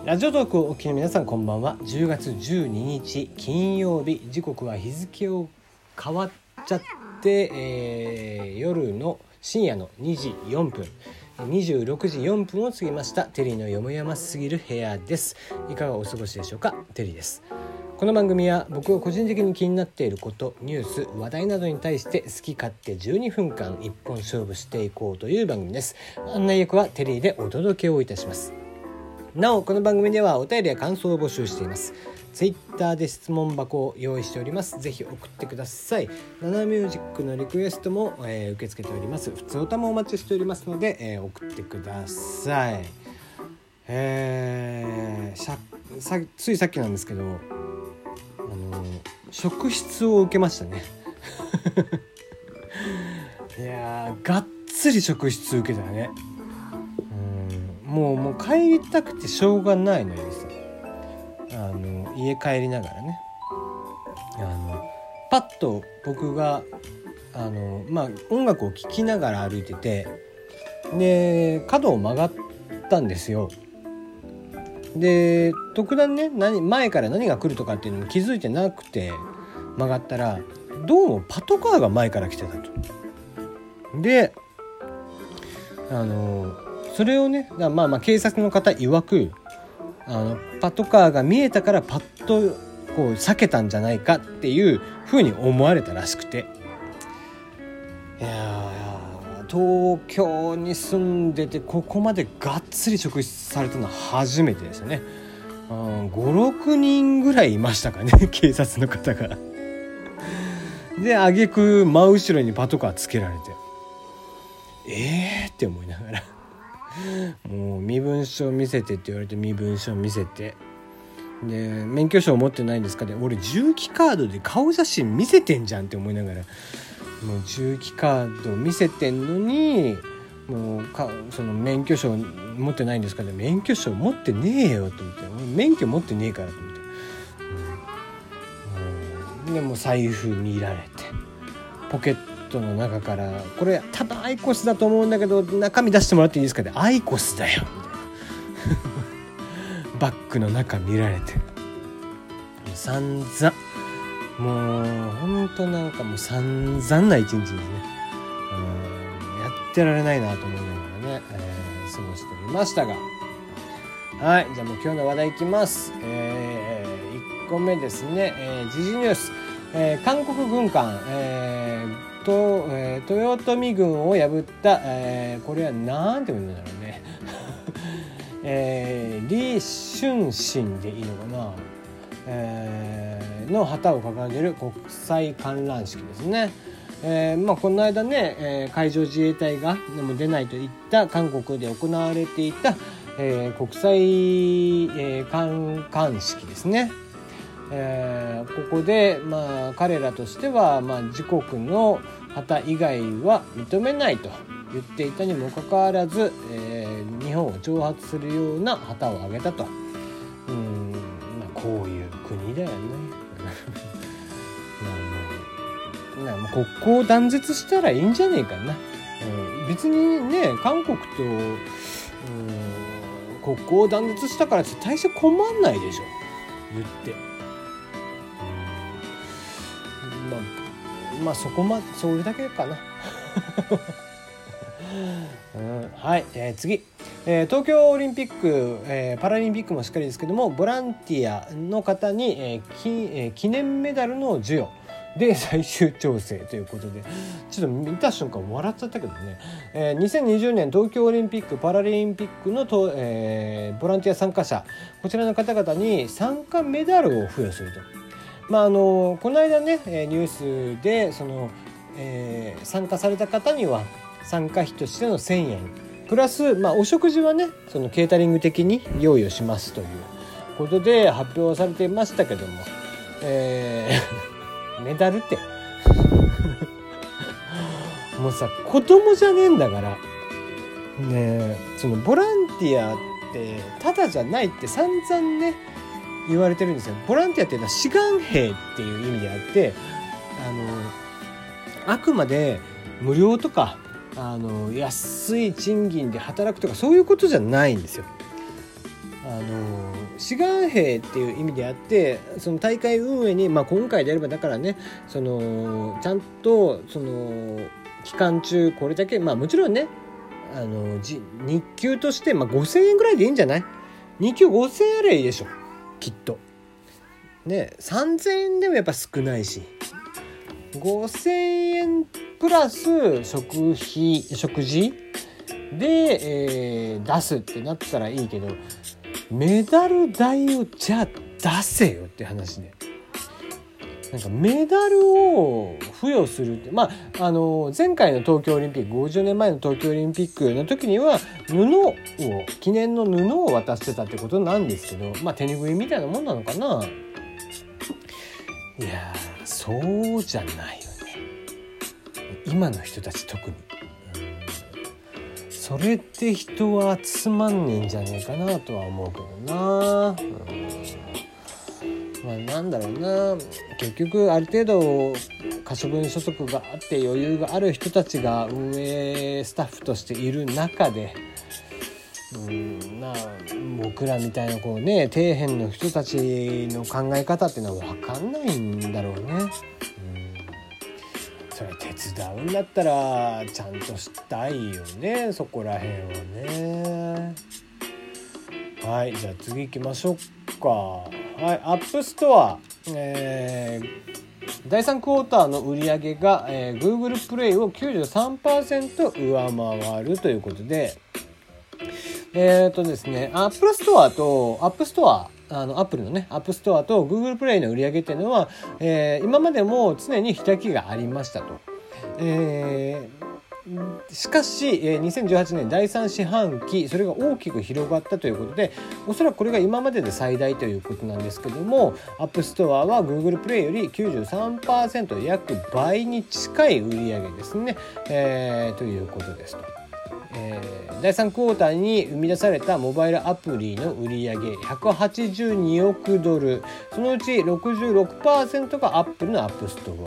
ラジオトークをお聞きの皆さん、こんばんは。10月12日金曜日、時刻は日付を変わっちゃって、夜の深夜の2時4分26時4分を過ぎました。テリーのよもやますぎる部屋です。いかがお過ごしでしょうか。テリーです。この番組は僕が個人的に気になっていること、ニュース、話題などに対して好き勝手12分間一本勝負していこうという番組です。案内役はテリーでお届けをいたします。なお、この番組ではお便りや感想を募集しています。ツイッターで質問箱を用意しております。ぜひ送ってください。ナナミュージックのリクエストも、受け付けております。普通歌もお待ちしておりますので、送ってください。ついさっきなんですけど、職質を受けましたね。いやー、がっつり職質受けたね。もう帰りたくてしょうがないのよさ。家帰りながらね、パッと僕が音楽を聴きながら歩いてて、で角を曲がったんですよ。で特段ね、前から何が来るとかっていうのも気づいてなくて曲がったら、どうもパトカーが前から来てたと。でそれをね、警察の方曰く、パトカーが見えたからパッとこう避けたんじゃないかっていう風に思われたらしくて、いや東京に住んでてここまでがっつり職質されたのは初めてですよね。5、6人ぐらいいましたかね、警察の方が。で挙句真後ろにパトカーつけられて、って思いながらもう身分証見せてって言われて、身分証見せて、で免許証持ってないんですかね、俺重機カードで顔写真見せてんじゃんって思いながら、もう重機カード見せてんのに、もうその免許証持ってないんですかね、免許証持ってねえよと思って、免許持ってねえからと思って、でもう財布見られて、ポケットの中から、これ多分アイコスだと思うんだけど中身出してもらっていいですかね、アイコスだよみたいなバッグの中見られて、散々、もう本当もう散々な一日ですね。やってられないなと思いながらね、過ごしておりましたが、はい、じゃあもう今日の話題いきます。1個目ですね、時事ニュース、韓国軍艦、豊臣軍を破った、これはなんて言うんだろうね、李承信でいいのかな、の旗を掲げる国際観覧式ですね。この間ね、海上自衛隊がも出ないといった韓国で行われていた、国際、観艦式ですね。ここで、彼らとしては、自国の旗以外は認めないと言っていたにもかかわらず、日本を挑発するような旗を上げたと。こういう国だよね。もう国交を断絶したらいいんじゃねえかな。別にね、韓国と国交を断絶したからって大して困んないでしょ、言って。それだけかな。はい、次、東京オリンピック、パラリンピックもしっかりですけども、ボランティアの方に、記念メダルの授与で最終調整ということで、ちょっと見た瞬間笑っちゃったけどね、2020年東京オリンピックパラリンピックのボランティア参加者、こちらの方々に参加メダルを付与すると。この間ね、ニュースで参加された方には参加費としての1000円プラス、お食事はね、そのケータリング的に用意をしますということで発表されていましたけども、メダルってもうさ、子供じゃねえんだからね。そのボランティアってただじゃないって散々ね言われてるんですよ。ボランティアっていうのは志願兵っていう意味であって、あくまで無料とか安い賃金で働くとかそういうことじゃないんですよ。 志願兵っていう意味であって、その大会運営に、今回であればだからね、ちゃんと期間中これだけ、もちろんね日給として、5,000円ぐらいでいいんじゃない？日給5,000円あればいいでしょきっとね。3,000円でもやっぱ少ないし、5,000円プラス食事で、出すってなったらいいけど、メダル代をじゃあ出せよって話で、なんかメダルを付与するって、前回の東京オリンピック、50年前の東京オリンピックの時には記念の布を渡してたってことなんですけど、手拭いみたいなもんなのかな。いやそうじゃないよね、今の人たち特に。それって人は集まんねえんじゃねえかなとは思うけどな。なんだろうな、結局ある程度可処分所得があって余裕がある人たちが運営スタッフとしている中で、僕らみたいな底辺の人たちの考え方っていうのは分かんないんだろうね。それ手伝うんだったらちゃんとしたいよね、そこら辺はね。はい、じゃあ次行きましょうか。はい、アップストア、第3クォーターの売上が、Google プレイを 93% 上回るということで、ですね、アップルストアとアップストア、アップルのねアップストアと Google プレイの売り上げっていうのは、今までも常に開きがありましたと。しかし、2018年第3四半期それが大きく広がったということで、おそらくこれが今までで最大ということなんですけども、アップストアは Google プレイより 93% 約倍に近い売り上げですね、ということですと。第3クォーターに生み出されたモバイルアプリの売り上げ182億ドル、そのうち 66% がアップルのアップスト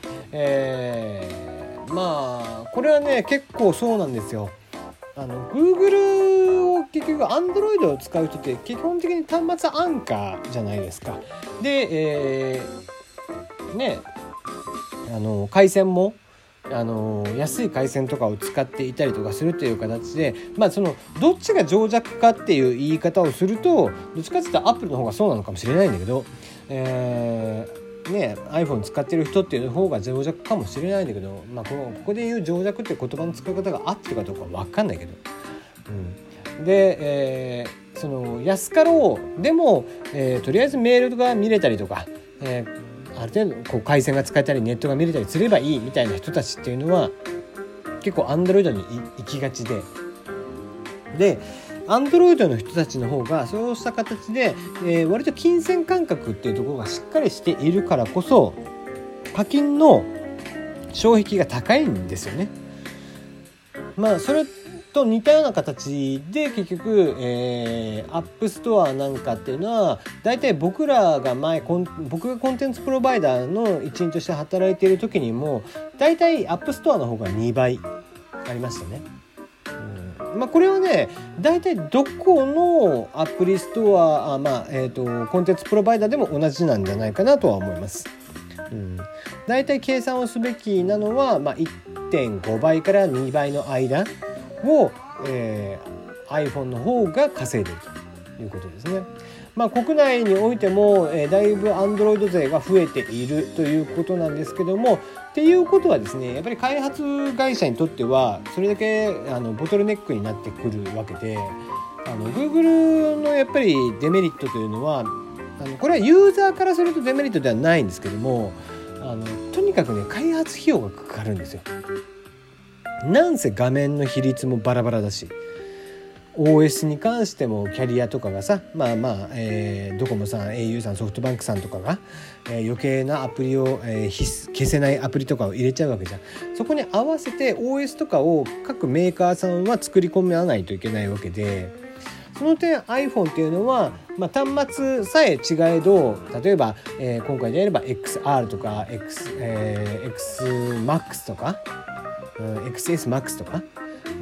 ア。これはね結構そうなんですよ。Google を結局 Android を使う人って基本的に端末アンカーじゃないですか。で、回線も安い回線とかを使っていたりとかするという形で、どっちが情弱かっていう言い方をすると、どっちかっていうとアップルの方がそうなのかもしれないんだけど、iPhone 使ってる人っていう方が情弱かもしれないんだけど、ここで言う情弱っていう言葉の使い方が合ってるかどうか分かんないけど、で、その安かろうでも、とりあえずメールが見れたりとか、ある程度回線が使えたりネットが見れたりすればいいみたいな人たちっていうのは結構 Android に行きがちで、Android の人たちの方がそうした形で、割と金銭感覚っていうところがしっかりしているからこそ課金の障壁が高いんですよね。それと似たような形で結局、アップストアなんかっていうのはだいたい僕がコンテンツプロバイダーの一員として働いている時にもだいたいアップストアの方が2倍ありましたね。これはねだいたいどこのアプリストアコンテンツプロバイダーでも同じなんじゃないかなとは思います。だいたい計算をすべきなのは、1.5 倍から2倍の間を、iPhone の方が稼いでいるということですね。国内においても、だいぶ Android 勢が増えているということなんですけども、っていうことはですねやっぱり開発会社にとってはそれだけボトルネックになってくるわけで、Google のやっぱりデメリットというのはこれはユーザーからするとデメリットではないんですけども、とにかくね開発費用がかかるんですよ。なんせ画面の比率もバラバラだし、 OS に関してもキャリアとかがさドコモさん au さんソフトバンクさんとかが、余計なアプリを、消せないアプリとかを入れちゃうわけじゃん。そこに合わせて OS とかを各メーカーさんは作り込まないといけないわけで、その点 iPhone っていうのは、端末さえ違えど例えば、今回であれば XR とか、XMAX とか、XS Max とかっ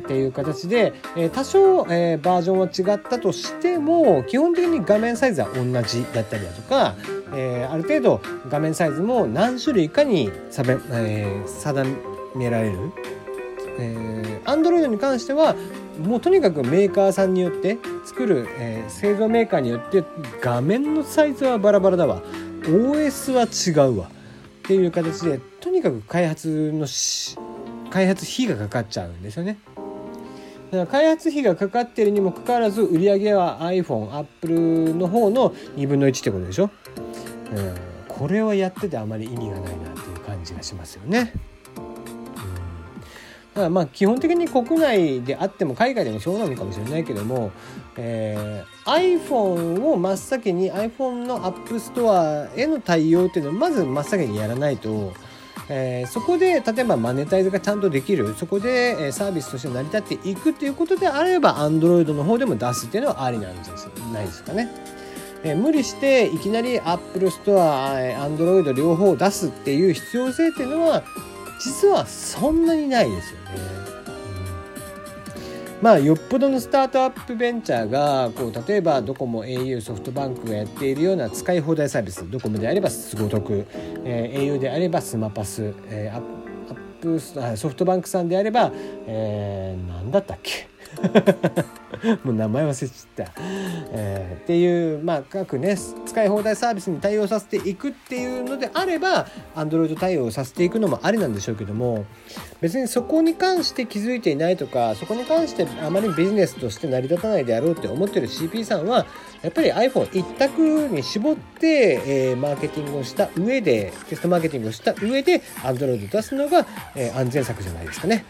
っていう形で、多少、バージョンは違ったとしても基本的に画面サイズは同じだったりだとか、ある程度画面サイズも何種類かに定められる。Android に関してはもうとにかくメーカーさんによって作る、製造メーカーによって画面のサイズはバラバラだわ、 OS は違うわっていう形で、とにかく開発費がかかっちゃうんですよね。だから開発費がかかっているにもかかわらず売り上げは iPhone、Apple の方の2分の1ってことでしょ。これはやっててあまり意味がないなっていう感じがしますよね。だからまあ基本的に国内であっても海外でもそうなのかもしれないけども、iPhone を真っ先に iPhone の App Store への対応っていうのをまず真っ先にやらないと、そこで例えばマネタイズがちゃんとできる、そこでサービスとして成り立っていくっていうことであれば Android の方でも出すっていうのはありなんじゃないですかね。無理していきなり Apple Store、Android 両方出すっていう必要性っていうのは実はそんなにないですよね。まあよっぽどのスタートアップベンチャーが例えばドコモ、au、ソフトバンクがやっているような使い放題サービス、ドコモであればすごとく、au であればスマパス、ソフトバンクさんであれば、なんだったっけもう名前忘れちゃった、っていう、各ね使い放題サービスに対応させていくっていうのであれば Android 対応させていくのもありなんでしょうけども、別にそこに関して気づいていないとか、そこに関してあまりビジネスとして成り立たないであろうって思ってる CP さんはやっぱり iPhone 一択に絞って、マーケティングをした上でテストマーケティングをした上で Android を出すのが、安全策じゃないですかね。